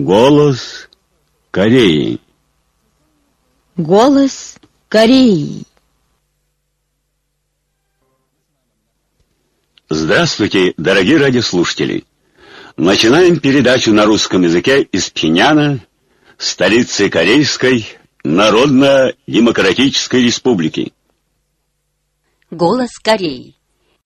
Голос Кореи. Голос Кореи. Здравствуйте, дорогие радиослушатели! Начинаем передачу на русском языке из Пхеньяна, столицы Корейской Народно-Демократической Республики. Голос Кореи.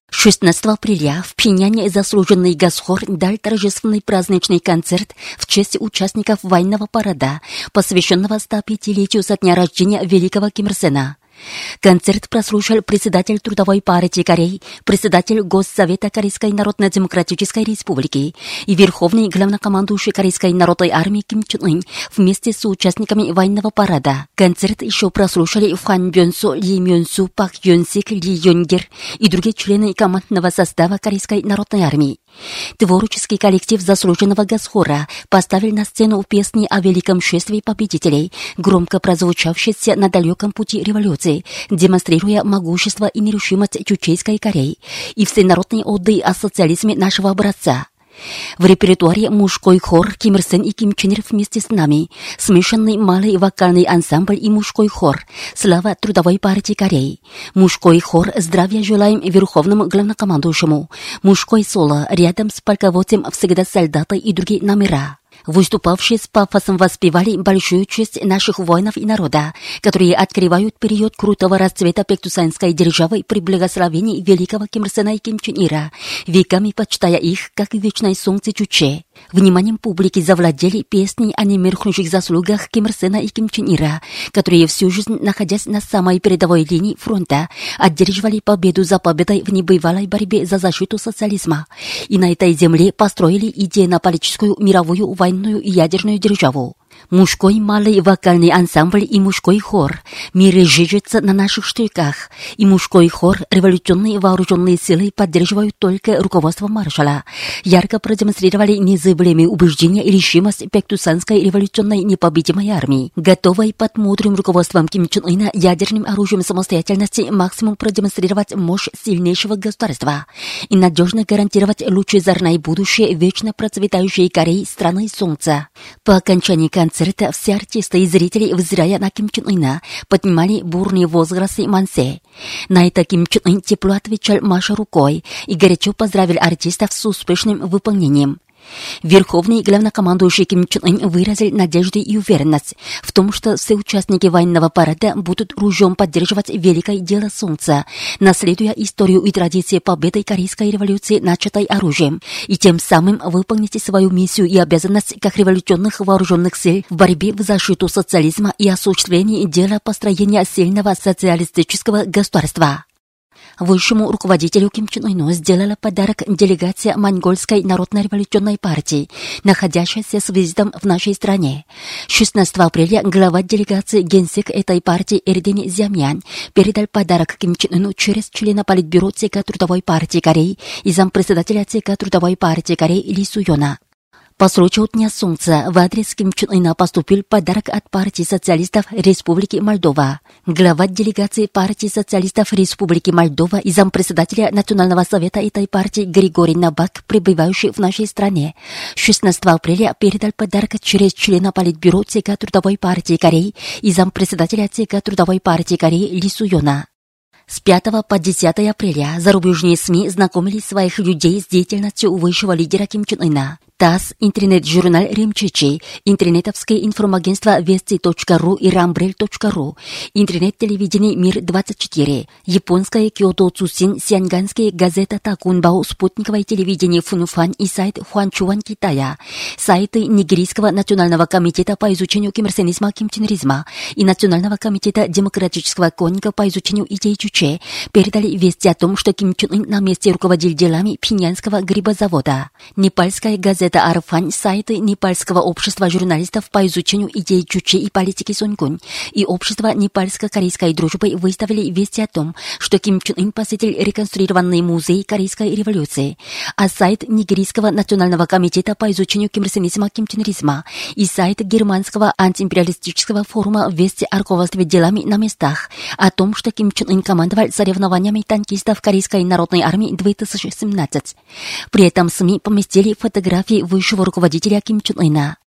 16 апреля в Пхеньяне заслуженный Гасхор дал торжественный праздничный концерт в честь участников военного парада, посвященного 105-летию со дня рождения великого Ким Ир Сена. Концерт прослушал председатель Трудовой партии Кореи, председатель Госсовета Корейской Народно-Демократической Республики и верховный главнокомандующий Корейской народной армии Ким Чен Ын вместе с участниками военного парада. Концерт еще прослушали Хван Бёнсо, Ли Мёнсу, Пак Йонсик, Ли Йонгер и другие члены командного состава Корейской народной армии. Творческий коллектив заслуженного Гасхора поставил на сцену песни о великом шествии победителей, громко прозвучавшиеся на далеком пути революции, демонстрируя могущество и нерушимость Чучейской Кореи и всенародные оды о социализме нашего образца. В репертуаре мужской хор Ким Ир Сен и Ким Чен Ир вместе с нами, смешанный малый вокальный ансамбль и мужской хор «Слава Трудовой партии Кореи», мужской хор «Здравия желаем верховному главнокомандующему», мужской соло рядом с полководцем «Всегда солдаты» и другие номера. Выступавшие с пафосом воспевали большую честь наших воинов и народа, которые открывают период крутого расцвета пектусанской державы при благословении великого Ким Ир Сена и Ким Чен Ира, веками почитая их, как и вечное солнце Чуче. Вниманием публики завладели песни о немеркнущих заслугах Ким Ир Сена и Ким Чен Ира, которые всю жизнь, находясь на самой передовой линии фронта, одерживали победу за победой в небывалой борьбе за защиту социализма, и на этой земле построили идейно-политическую мировую войну и ядерную державу. Мужской малый вокальный ансамбль и мужской хор «Мир жижется на наших штыках» и мужской хор «Революционные вооруженные силы» поддерживают только руководство маршала. Ярко продемонстрировали незыблемые убеждения и решимость пектусанской революционной непобедимой армии, готовой под мудрым руководством Ким Чен Ына ядерным оружием самостоятельности максимум продемонстрировать мощь сильнейшего государства и надежно гарантировать лучезарное будущее вечно процветающей Кореи страны солнца. По окончании концерта все артисты и зрители, взирая на Ким Чен Ына, поднимали бурные возгласы мансе. На это Ким Чен Ын тепло отвечал, маша рукой, и горячо поздравил артистов с успешным выполнением. Верховный главнокомандующий Ким Чен Ын выразил надежду и уверенность в том, что все участники военного парада будут ружьем поддерживать великое дело солнца, наследуя историю и традиции победы Корейской революции, начатой оружием, и тем самым выполнить свою миссию и обязанность как революционных вооруженных сил в борьбе в защиту социализма и осуществлении дела построения сильного социалистического государства. Высшему руководителю Ким Чен Ыну сделала подарок делегация Монгольской народно-революционной партии, находящаяся с визитом в нашей стране. 16 апреля глава делегации генсек этой партии Эрдени Зямьян передал подарок Ким Чен Ыну через члена политбюро ЦК Трудовой партии Кореи и зампредседателя ЦК Трудовой партии Кореи Ли Суёна. По случаю Дня Солнца в адрес Ким Чен Ына поступил подарок от партии социалистов Республики Молдова. Глава делегации партии социалистов Республики Молдова и зампредседателя Национального совета этой партии Григорий Набак, пребывающий в нашей стране, 16 апреля передал подарок через члена политбюро ЦК Трудовой партии Кореи и зампредседателя ЦК Трудовой партии Кореи Ли Суёна. С 5 по 10 апреля зарубежные СМИ знакомили своих людей с деятельностью высшего лидера Ким Чен Ына. ТАСС, интернет-журнал Римчичи, интернетовское информагентство Вести.ру и Рамбрель.ру, интернет-телевидение Мир-24, японское Кёто Цусин, сианганская газета Такунбао, спутниковое телевидение Фунфан и сайт Хуанчуан Китая, сайты Нигерийского национального комитета по изучению кимирсенизма, кимченризма и Национального комитета демократического конника по изучению идей Чуче передали вести о том, что Ким Чен Ын на месте руководил делами Пхеньянского грибозавода. Непальская газета Арфань, сайты Непальского общества журналистов по изучению идей Чуче и политики Сонькунь и общество непальско-корейской дружбы выставили вести о том, что Ким Чен Ын посетил реконструированный музей Корейской революции, а сайт Нигерийского национального комитета по изучению кимирсенизма, кимченризма и сайт германского антиимпериалистического форума вести о руководстве делами на местах о том, что Ким Чен Ын командовал соревнованиями танкистов Корейской народной армии 2017. При этом СМИ поместили фотографии высшего руководителя Ким Чен Ына.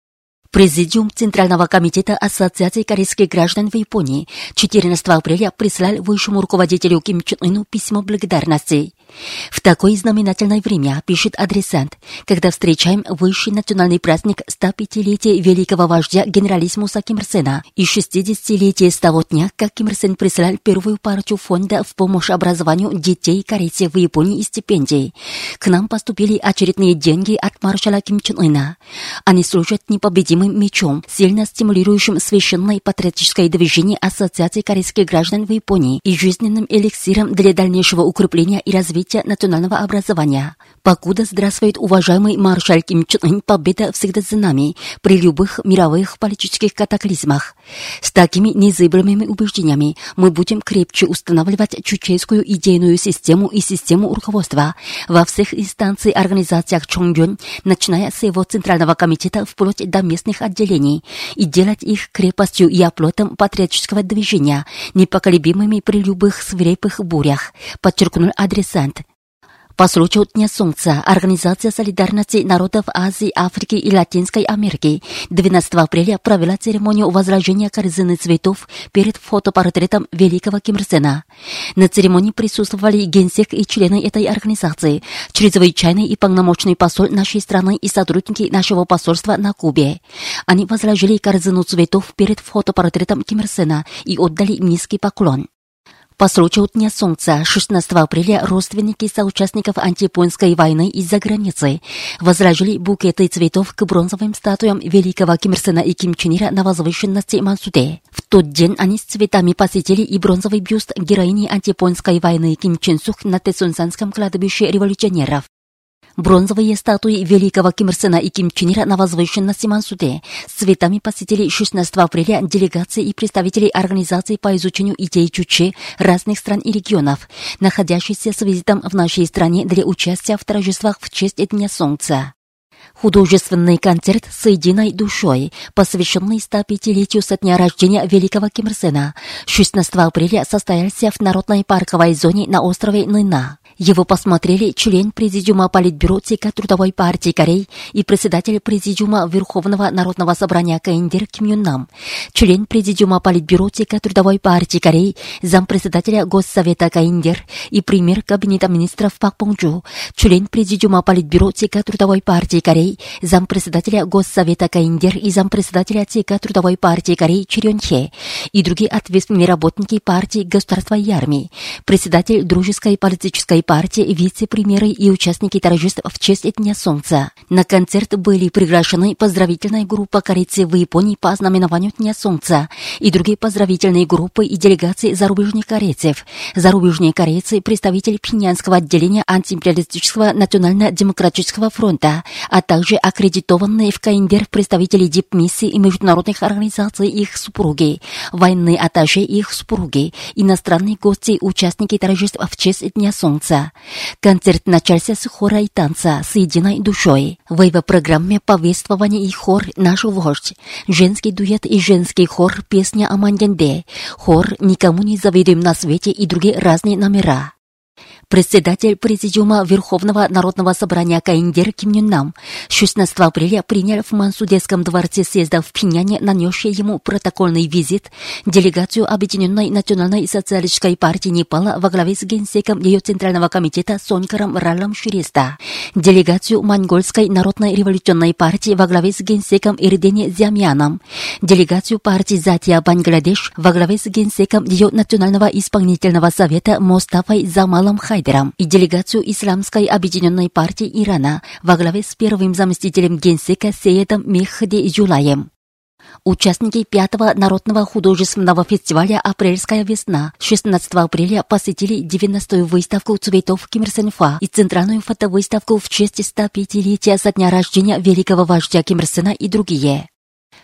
Президиум Центрального комитета Ассоциации корейских граждан в Японии 14 апреля прислал высшему руководителю Ким Чен Ыну письмо благодарности. В такое знаменательное время, пишет адресант, когда встречаем высший национальный праздник 105-летия великого вождя генералиссимуса Ким Ир Сена и 60-летия с того дня, как Ким Ир Сен прислал первую партию фонда в помощь образованию детей корейцев в Японии и стипендий. К нам поступили очередные деньги от маршала Ким Чен Ына. Они служат непобедимым мечом, сильно стимулирующим священное патриотическое движение Ассоциации корейских граждан в Японии и жизненным эликсиром для дальнейшего укрепления и развития национального образования. Покуда здравствует уважаемый маршал Ким Чен Ын, победа всегда за нами при любых мировых политических катаклизмах. С такими незыблемыми убеждениями мы будем крепче устанавливать чучейскую идейную систему и систему руководства во всех инстанциях организациях Чонгюн, начиная с его Центрального комитета вплоть до местных отделений, и делать их крепостью и оплотом патриотического движения, непоколебимыми при любых свирепых бурях, подчеркнул адресант. По случаю Дня Солнца Организация солидарности народов Азии, Африки и Латинской Америки 12 апреля провела церемонию возложения корзины цветов перед фотопортретом великого Ким Ир Сена. На церемонии присутствовали генсек и члены этой организации, чрезвычайный и полномочный посол нашей страны и сотрудники нашего посольства на Кубе. Они возложили корзину цветов перед фотопортретом Ким Ир Сена и отдали низкий поклон. По случаю Дня Солнца 16 апреля родственники соучастников антияпонской войны из-за границы возложили букеты цветов к бронзовым статуям великого Ким Ир Сена и Ким Чен Ира на возвышенности Мансуде. В тот день они с цветами посетили и бронзовый бюст героини антияпонской войны Ким Чен Сук на Тэсунсанском кладбище революционеров. Бронзовые статуи великого Ким Ир Сена и Ким Чен Ира на возвышенности Мансуде с цветами посетили 16 апреля делегации и представители организаций по изучению идей Чуче разных стран и регионов, находящиеся с визитом в нашей стране для участия в торжествах в честь Дня Солнца. Художественный концерт с единой душой, посвященный 105-летию со дня рождения великого Ким Ир Сена, 16 апреля состоялся в Народной парковой зоне на острове Нына. Его посмотрели член Президиума Политбюро ЦК Трудовой партии Кореи и председатель Президиума Верховного народного собрания КНДР Ким Юн Нам, член Президиума Политбюро ЦК Трудовой партии Кореи, зампредседателя Госсовета КНДР и премьер Кабинета министров Пак Бон Чжу, член Президиума Политбюро ЦК Трудовой партии Кореи, зампредседателя Госсовета КНДР и зампредседателя ЦК Трудовой партии Кореи Чирён Хе и другие ответственные работники партии, государства и армии, председатель Дружеской политической партии, вице-премьеры и участники торжеств в честь Дня Солнца. На концерт были приглашены поздравительная группа корейцев в Японии по ознаменованию Дня Солнца и другие поздравительные группы и делегации зарубежных корейцев. Зарубежные корейцы, представители Пхеньянского отделения антиимпериалистического национально-демократического фронта, а также аккредитованные в КНДР представители дипмиссий и международных организаций и их супруги, военные атташе и их супруги, иностранные гости, участники торжеств в честь Дня Солнца. Концерт начался с хора и танца с единой душой. В его программе повествование и хор «Наш вождь», женский дуэт и женский хор «Песня о Манденде», хор «Никому не завидуем на свете» и другие разные номера. Председатель Президиума Верховного народного собрания КНДР Ким Юн Нам 16 апреля принял в Мансудеском дворце съезда в Пхеньяне нанесший ему протокольный визит делегацию Объединенной национальной социалистической партии Непала во главе с генсеком ее Центрального комитета Сонькаром Ралом Шириста, делегацию Монгольской народной революционной партии во главе с генсеком Эрдене Зямьяном, делегацию партии Затия Бангладеш во главе с генсеком ее Национального исполнительного совета Мостафой Замалом Хайдером и делегацию Исламской объединенной партии Ирана во главе с первым заместителем генсека Сеедом Мехди Юлаем. Участники 5-го народного художественного фестиваля «Апрельская весна» 16 апреля посетили 90-ю выставку цветов Ким Ир Сен Фа и центральную фотовыставку в честь 105-летия со дня рождения великого вождя Ким Ир Сена и другие.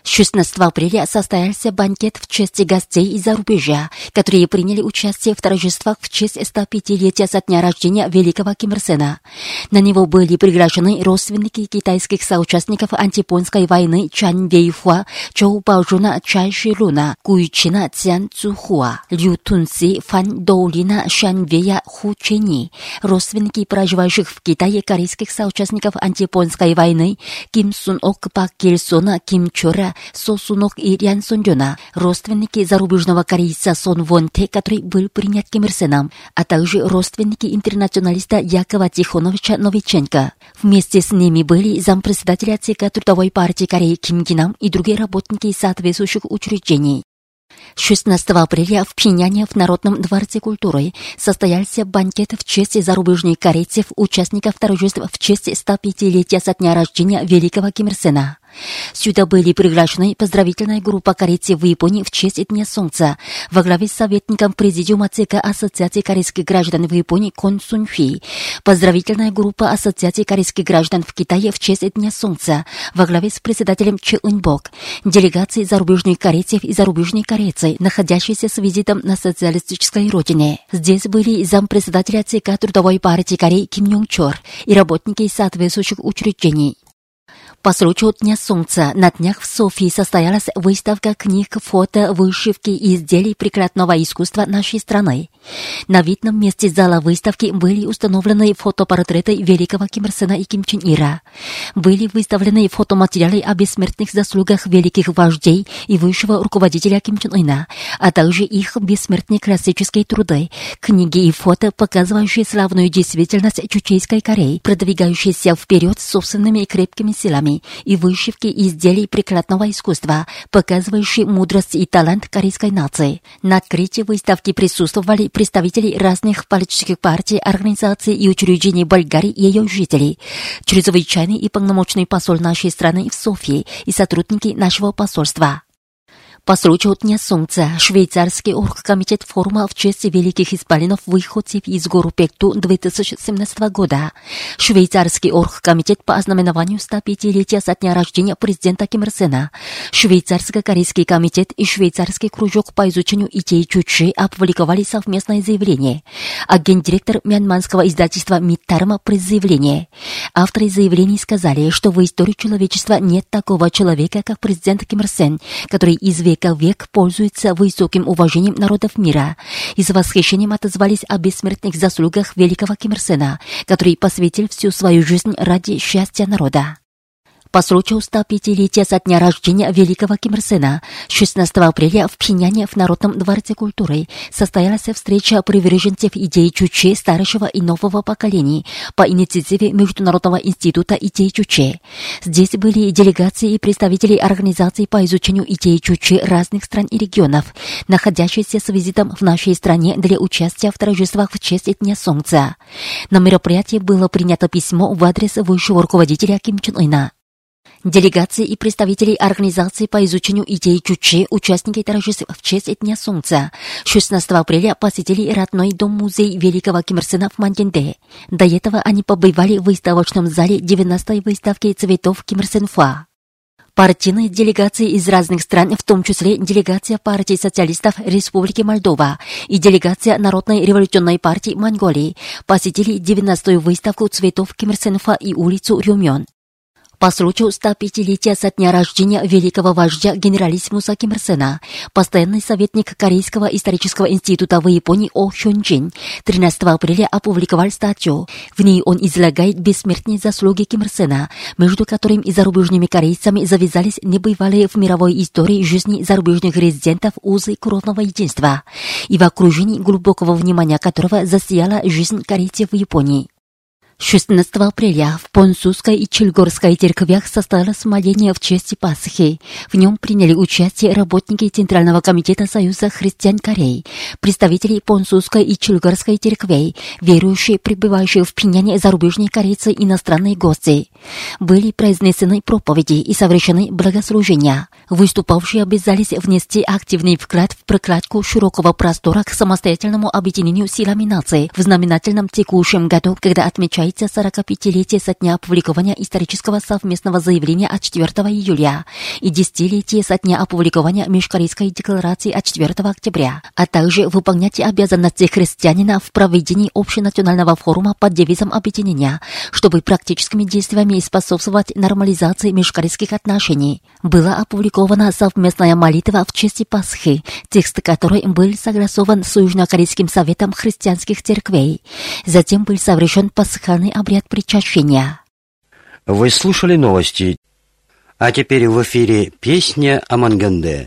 16 апреля состоялся банкет в честь гостей из-за рубежа, которые приняли участие в торжествах в честь 105-летия со дня рождения великого Ким Ир Сена. На него были приглашены родственники китайских соучастников антияпонской войны Чан Вэйхуа, Чоу Баожуна, Чай Шилуна, Гуйчина, Цян Цухуа, Лю Тунси, Фан Доулина, Шан Вэя, Ху Чени, родственники проживающих в Китае корейских соучастников антияпонской войны Ким Сун Ок, Пак Кил Сона, Ким Чора, Со Сунок и Рян Сонджона, родственники зарубежного корейца Сон Вон Те, который был принят Ким Ир Сеном, а также родственники интернационалиста Якова Тихоновича Новиченко. Вместе с ними были зампредседателя ЦК Трудовой партии Кореи Ким Ги Нам и другие работники соответствующих учреждений. 16 апреля в Пхеньяне в Народном дворце культуры состоялся банкет в честь зарубежных корейцев, участников торжеств в честь 105-летия со дня рождения великого Ким Ир Сена. Сюда были приглашены поздравительная группа корейцев в Японии в честь Дня Солнца во главе с советником президиума ЦК Ассоциации корейских граждан в Японии Кон Сун Хви, поздравительная группа Ассоциации корейских граждан в Китае в честь Дня Солнца во главе с председателем Чэ Ын Бок, делегации зарубежных корейцев и зарубежные корейцы, находящиеся с визитом на социалистической родине. Здесь были зампредседателя ЦК Трудовой партии Кореи Ким Йонг Чор и работники соответствующих учреждений. По случаю Дня Солнца на днях в Софии состоялась выставка книг, фото, вышивки и изделий прикладного искусства нашей страны. На видном месте зала выставки были установлены фотопортреты великого Ким Ир Сена и Ким Чен Ира. Были выставлены фотоматериалы о бессмертных заслугах великих вождей и высшего руководителя Ким Чен Ына, а также их бессмертные классические труды, книги и фото, показывающие славную действительность Чучейской Кореи, продвигающиеся вперед собственными и крепкими силами, и вышивки изделий прикладного искусства, показывающие мудрость и талант корейской нации. На открытии выставки присутствовали представители разных политических партий, организаций и учреждений Болгарии и ее жителей, чрезвычайный и полномочный посол нашей страны в Софии и сотрудники нашего посольства. По случаю Дня Солнца швейцарский оргкомитет форума в честь великих исполинов выходцев из гору Пекту 2017 года. Швейцарский оргкомитет по ознаменованию 105-летия со дня рождения президента Ким Ир Сена, Швейцарско-корейский комитет и швейцарский кружок по изучению идей Чучи опубликовали совместное заявление, а гендиректор мьянманского издательства Миттарма пресс заявление. Авторы заявлений сказали, что в истории человечества нет такого человека, как президент Ким Ир Сен, который из века в век пользуется высоким уважением народов мира, и с восхищением отозвались о бессмертных заслугах великого Ким Ир Сена, который посвятил всю свою жизнь ради счастья народа. По случаю 105-летия со дня рождения великого Ким Ир Сена 16 апреля в Пхеньяне в Народном дворце культуры состоялась встреча приверженцев идей Чуче старшего и нового поколений по инициативе Международного института идей Чуче. Здесь были делегации и представители организаций по изучению идей Чуче разных стран и регионов, находящиеся с визитом в нашей стране для участия в торжествах в честь Дня Солнца. На мероприятии было принято письмо в адрес высшего руководителя Ким Чен Ына. Делегации и представители организаций по изучению идей Чуче, участники торжеств в честь Дня Солнца 16 апреля посетили родной дом-музей великого Ким Ир Сена в Манденде. До этого они побывали в выставочном зале 90-й выставки цветов Ким Ир Сен Фа. Партийные делегации из разных стран, в том числе делегация партии социалистов Республики Молдова и делегация Народной революционной партии Монголии, посетили 90-ю выставку цветов Ким Ир Сен Фа и улицу Рюмён. По случаю 105-летия со дня рождения великого вождя генералиссимуса Ким Ир Сена, постоянный советник Корейского исторического института в Японии О Хён Джин 13 апреля опубликовал статью. В ней он излагает бессмертные заслуги Ким Ир Сена, между которыми и зарубежными корейцами завязались небывалые в мировой истории жизни зарубежных резидентов узы кровного единства, и в окружении глубокого внимания которого засияла жизнь корейцев в Японии. 16 апреля в Понсусской и Чильгорской церквях состоялось моление в честь Пасхи. В нем приняли участие работники Центрального комитета Союза христиан Кореи, представители Понсусской и Чильгорской церквей, верующие, пребывающие в Пхеньяне зарубежные корейцы и иностранные гости. Были произнесены проповеди и совершены благослужения. Выступавшие обязались внести активный вклад в прокладку широкого простора к самостоятельному объединению силами нации в знаменательном текущем году, когда отмечается отмечается 45-летие со дня опубликования исторического совместного заявления от 4 июля и 10-летие со дня опубликования Межкорейской декларации от 4 октября, а также выполнять обязанности христианина в проведении общенационального форума под девизом объединения, чтобы практическими действиями способствовать нормализации межкорейских отношений. Была опубликована совместная молитва в честь Пасхи, текст которой был согласован с Южнокорейским советом христианских церквей. Затем был совершен пасхальный обряд причащения. Вы слушали новости, а теперь в эфире песня о Манганде.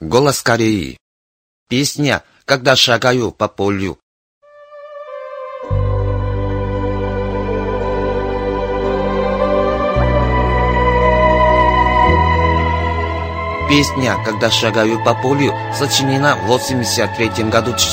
Голос Кореи. Песня «Когда шагаю по полю». Песня «Когда шагаю по полю» сочинена в 1983 году в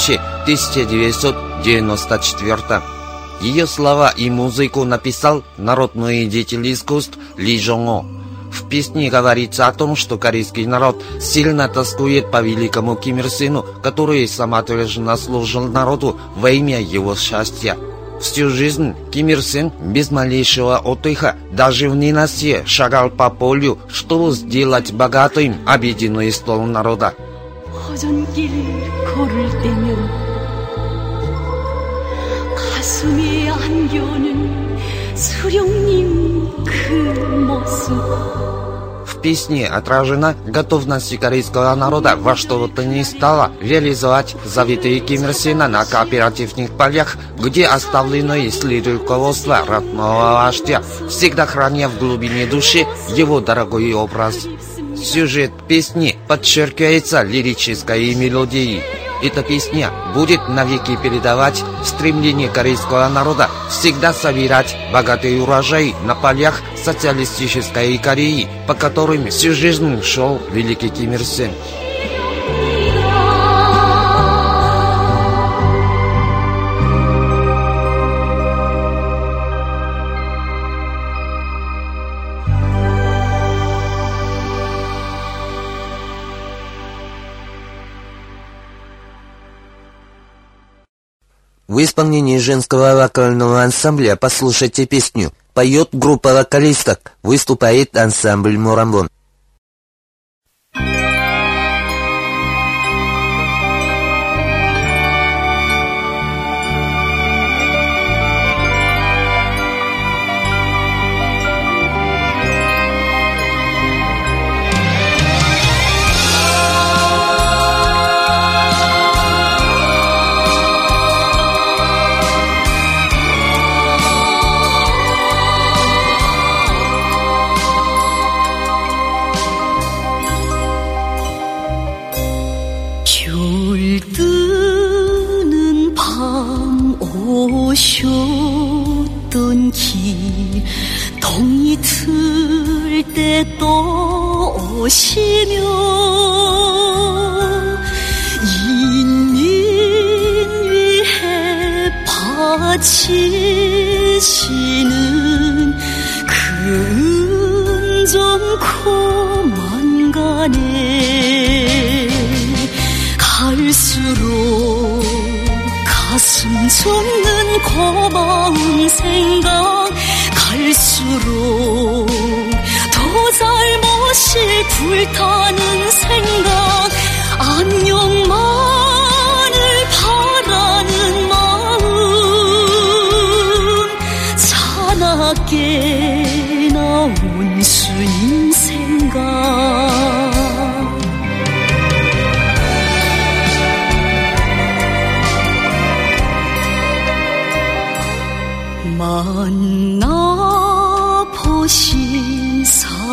1994. Ее слова и музыку написал народный деятель искусств Ли Жонго. В песне говорится о том, что корейский народ сильно тоскует по великому Ким Ир Сену, который самоотверженно служил народу во имя его счастья. Всю жизнь Ким Ир Сен без малейшего отдыха, даже в ненастье, шагал по полю, чтобы сделать богатым обеденный стол народа. 허전길 걸을 때면 가슴에 안겨는 수령님 그 모습. В песне отражена готовность корейского народа во что бы то ни стало реализовать заветы Ким Ир Сена на кооперативных полях, где оставлены следы руководства родного вождя, всегда храня в глубине души его дорогой образ. Сюжет песни подчеркивается лирической мелодией. Эта песня будет навеки передавать стремление корейского народа всегда собирать богатый урожай на полях социалистической Кореи, по которым всю жизнь шел великий Ким Ир Сен. В исполнении женского вокального ансамбля «Послушайте песню» поет группа вокалисток, выступает ансамбль «Морамбон». 오셨던 길 동이 틀 때 또 오시며 인민 위해 바치시는 그 은정코만 가네 갈수록 가슴 솟는 고마운 생각 갈수록 더 잘못이 불타는 생각 안녕만을 바라는 마음 사납게 나온 수인 생각 만나보신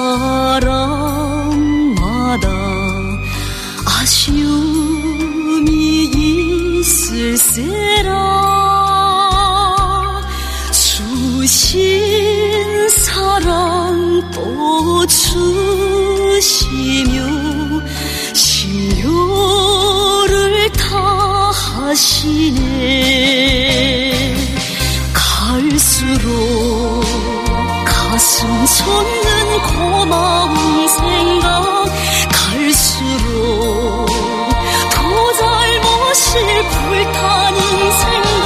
사람마다 아쉬움이 있을세라 주신 사랑 또 주시며 심려를 다하시네 갈수록 가슴 솟는 고마운 생각 갈수록 더 잘못이 불타는 생각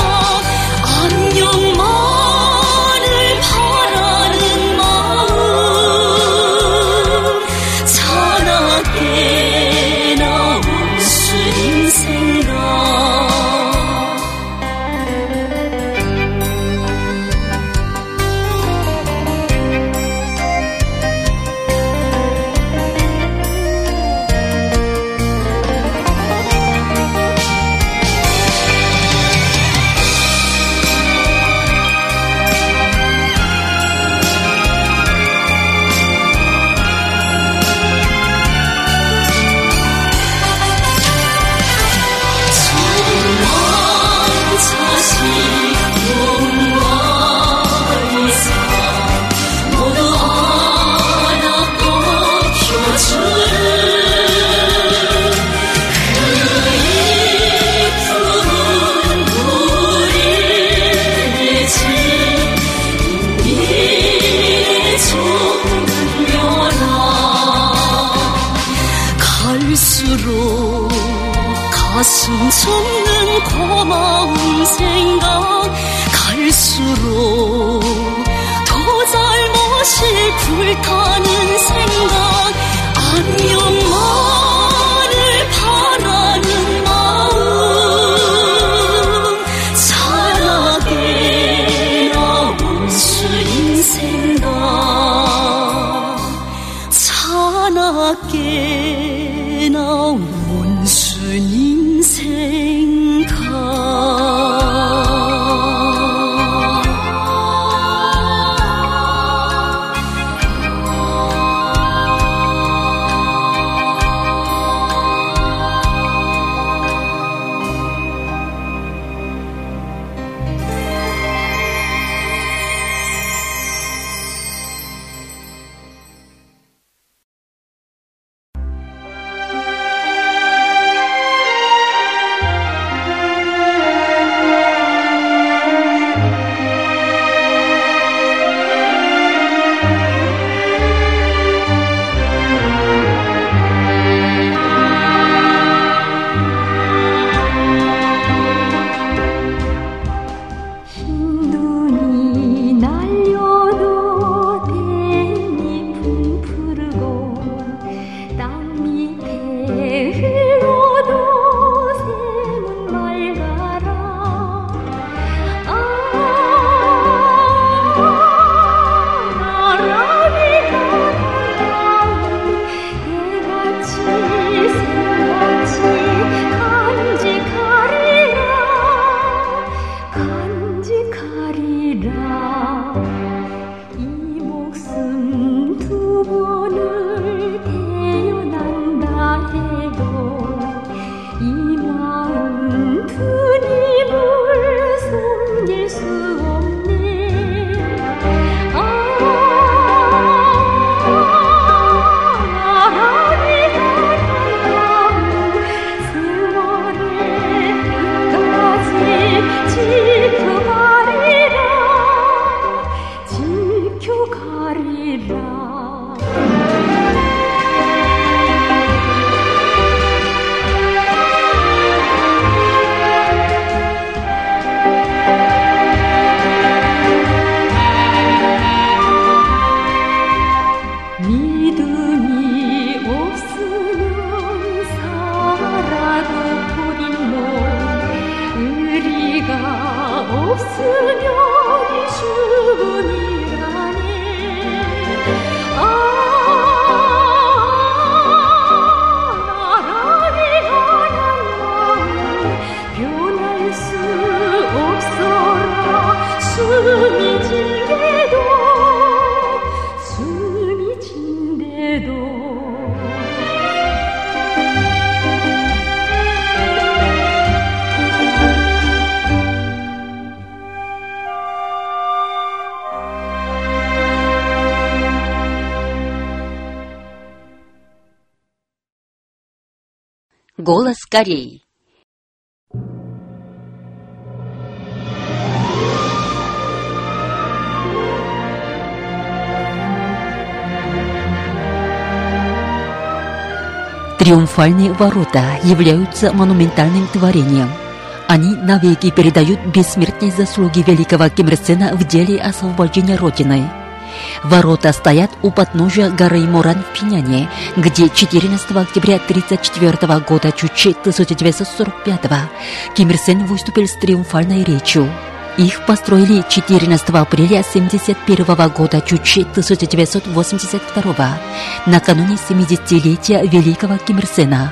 안녕만을 바라는 마음 찬하게 나온 수인 생각 춤추는 고마운 생각 갈수록 더 잘못이 불타는 생각 안녕만을 바라는 마음 찬하게 나온 수인 생각 찬하게 나온 수인 생각 Голос Кореи. Триумфальные ворота являются монументальным творением. Они навеки передают бессмертные заслуги великого Ким Ир Сена в деле освобождения Родины. Ворота стоят у подножия горы Моран в Пхеньяне, где 14 октября 1934 года Чучи 1945 Ким Ир Сен выступил с триумфальной речью. Их построили 14 апреля 1971 года Чучи 1982 накануне 70-летия великого Ким Ир Сена.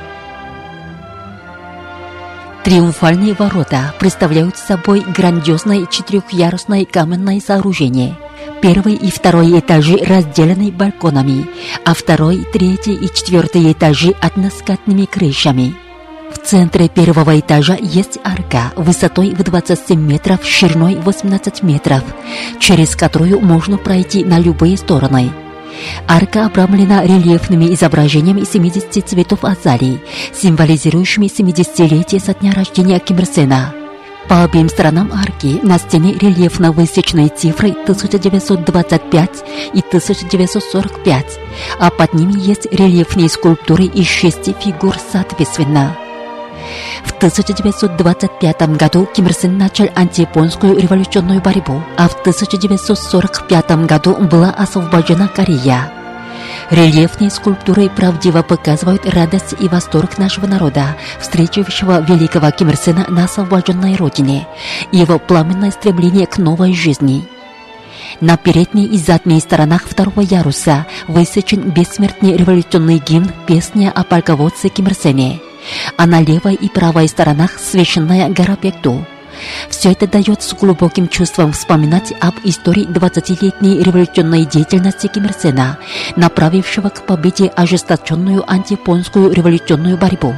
Триумфальные ворота представляют собой грандиозное четырехъярусное каменное сооружение. Первый и второй этажи разделены балконами, а второй, третий и четвертый этажи односкатными крышами. В центре первого этажа есть арка высотой в 27 метров, шириной 18 метров, через которую можно пройти на любые стороны. Арка обрамлена рельефными изображениями 70 цветов азалий, символизирующими 70-летие со дня рождения Ким Ир Сена. По обеим сторонам арки на стене рельефно высечены цифры 1925 и 1945, а под ними есть рельефные скульптуры из 6 фигур соответственно. В 1925 году Ким Ир Сен начал антияпонскую революционную борьбу, а в 1945 году была освобождена Корея. Рельефные скульптуры правдиво показывают радость и восторг нашего народа, встречавшего великого Ким Ир Сена на освобожденной родине, и его пламенное стремление к новой жизни. На передней и задней сторонах второго яруса высечен бессмертный революционный гимн «Песня о полководце Ким Ир Сене», а на левой и правой сторонах священная гора Пекду. Все это дает с глубоким чувством вспоминать об истории 20-летней революционной деятельности Ким Ир Сена, направившего к победе ожесточенную антияпонскую революционную борьбу.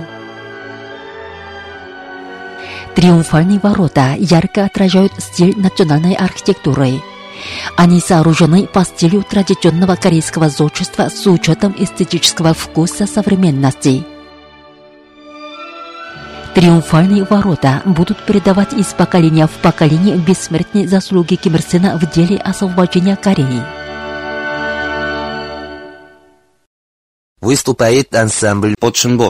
Триумфальные ворота ярко отражают стиль национальной архитектуры. Они сооружены по стилю традиционного корейского зодчества с учетом эстетического вкуса современности. Триумфальные ворота будут передавать из поколения в поколение бессмертные заслуги Ким Ир Сена в деле освобождения Кореи. Выступает ансамбль «Починбо».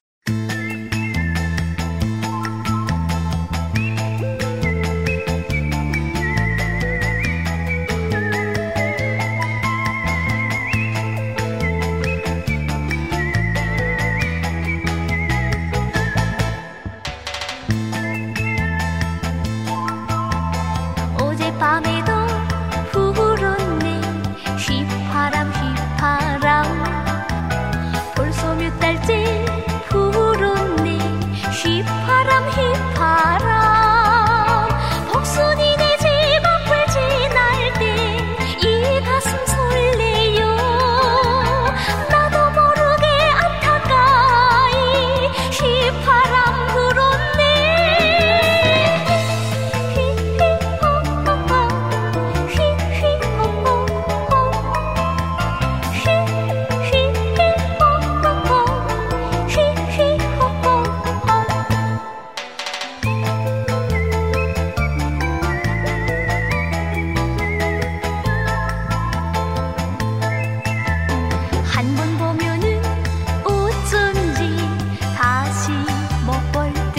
어젯밤에도 불었네 휘파람 휘파람 벌써 몇 달째 불었네 휘파람 휘파람 복순이네 집 앞을 지날 때 이 가슴 설레요 나도 모르게 안타까이 휘파람 불었네 한 번 보면은 어쩐지 다시 못 볼 듯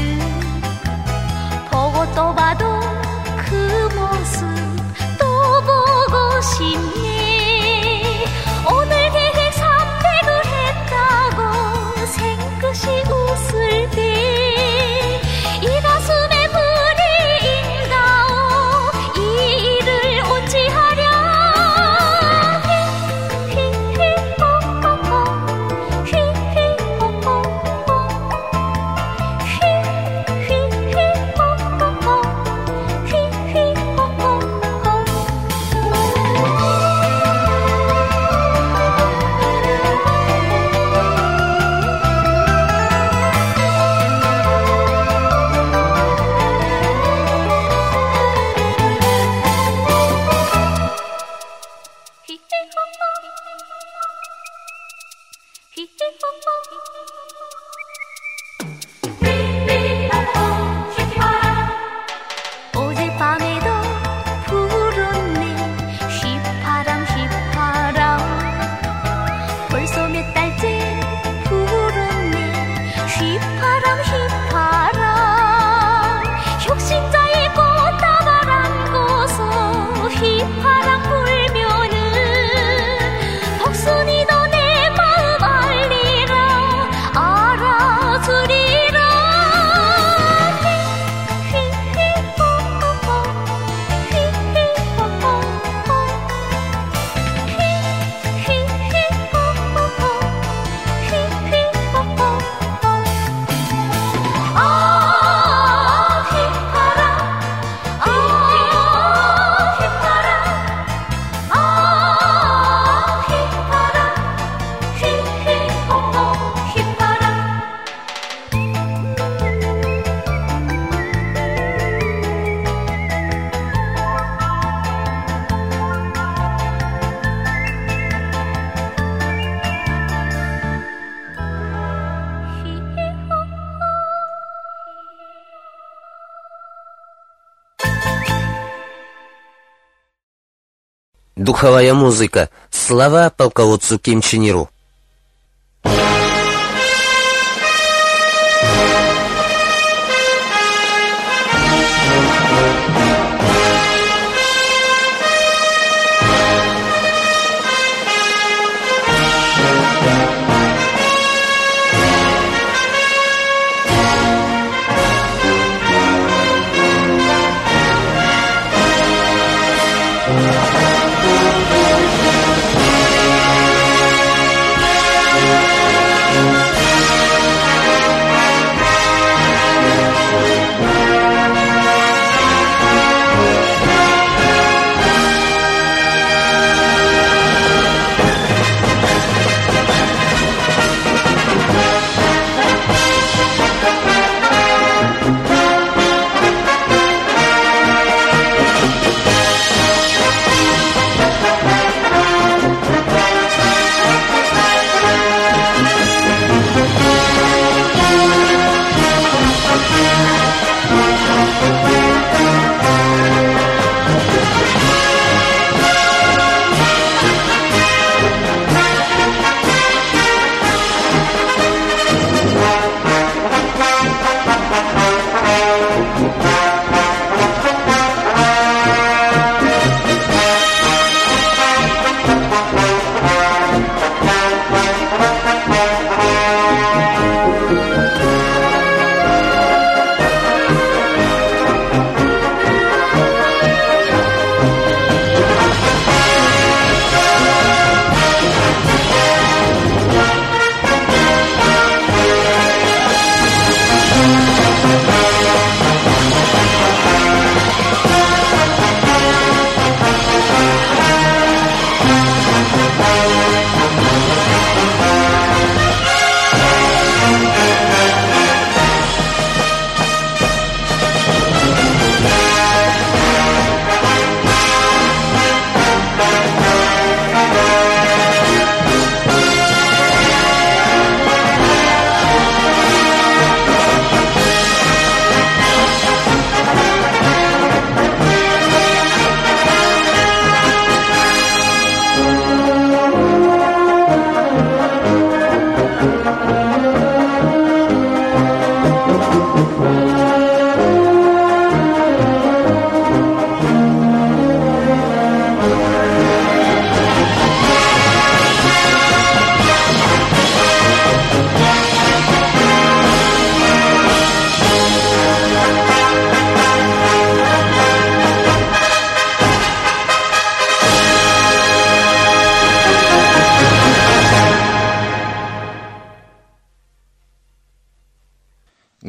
보고 또 봐도 그 모습 또 보고 싶네 오늘 계획 300을 했다고 생긋이 웃을 때 이 가슴에 불이 인가오 이 일을 어찌하랴 어젯밤에도 불었네 휘파람 휘파람 벌써 몇 달째 불었네 휘파람 휘파람 혁신자의 꽃다발 안고서 휘파람 불면은 복순이 너 내 마음 알리라 알아주리라 Духовая музыка. Слова полководцу Ким Чен Иру.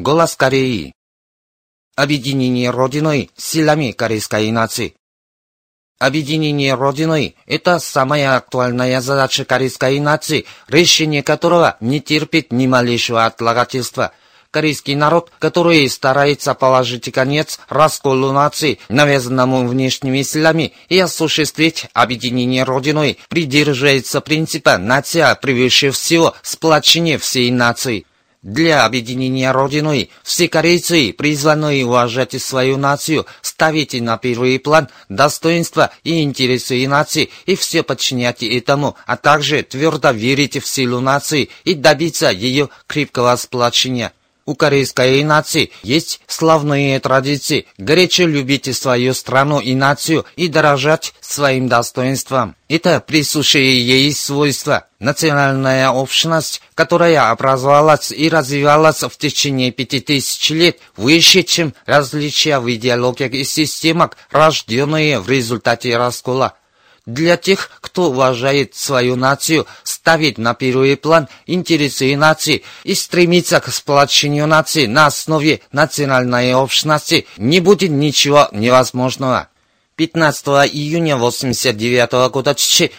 «Голос Кореи». Объединение Родиной силами корейской нации. Объединение Родиной – это самая актуальная задача корейской нации, решение которого не терпит ни малейшего отлагательства. Корейский народ, который старается положить конец расколу нации, навязанному внешними силами, и осуществить объединение Родиной, придерживается принципа «нация превыше всего», сплочение всей нации. Для объединения Родиной все корейцы призваны уважать свою нацию, ставить на первый план достоинства и интересы нации и все подчинять этому, а также твердо верить в силу нации и добиться ее крепкого сплочения. У корейской нации есть славные традиции горячо любить свою страну и нацию и дорожать своим достоинством. Это присущее ей свойство. Национальная общность, которая образовалась и развивалась в течение 5000 лет, выше, чем различия в идеологиях и системах, рожденные в результате раскола. Для тех, кто уважает свою нацию, ставит на первый план интересы нации и стремится к сплочению нации на основе национальной общности, не будет ничего невозможного. 15 июня 1989 года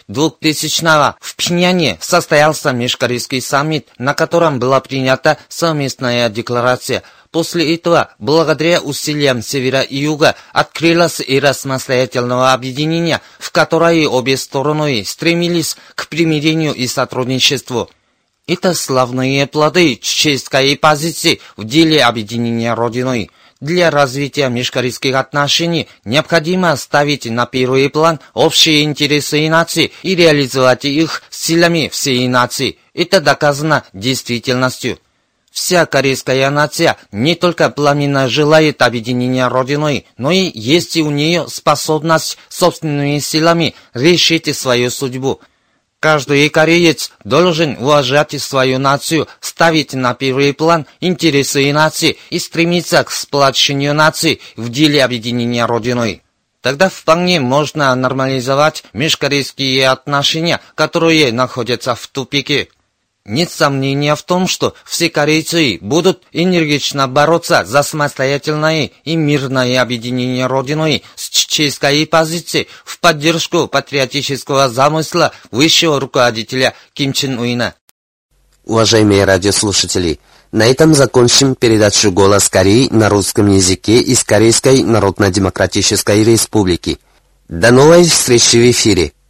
2000 в Пхеньяне состоялся межкорейский саммит, на котором была принята совместная декларация. После этого, благодаря усилиям севера и юга, открылась эра самостоятельного объединения, в которой обе стороны стремились к примирению и сотрудничеству. Это славные плоды чеченской позиции в деле объединения Родиной. Для развития межкорейских отношений необходимо ставить на первый план общие интересы нации и реализовать их силами всей нации. Это доказано действительностью. Вся корейская нация не только пламенно желает объединения Родиной, но и есть у нее способность собственными силами решить свою судьбу. Каждый кореец должен уважать свою нацию, ставить на первый план интересы нации и стремиться к сплочению нации в деле объединения Родиной. Тогда вполне можно нормализовать межкорейские отношения, которые находятся в тупике. Нет сомнения в том, что все корейцы будут энергично бороться за самостоятельное и мирное объединение Родиной с чеченской позиции в поддержку патриотического замысла высшего руководителя Ким Чен Уина. Уважаемые радиослушатели, на этом закончим передачу «Голос Кореи» на русском языке из Корейской Народно-Демократической Республики. До новой встречи в эфире!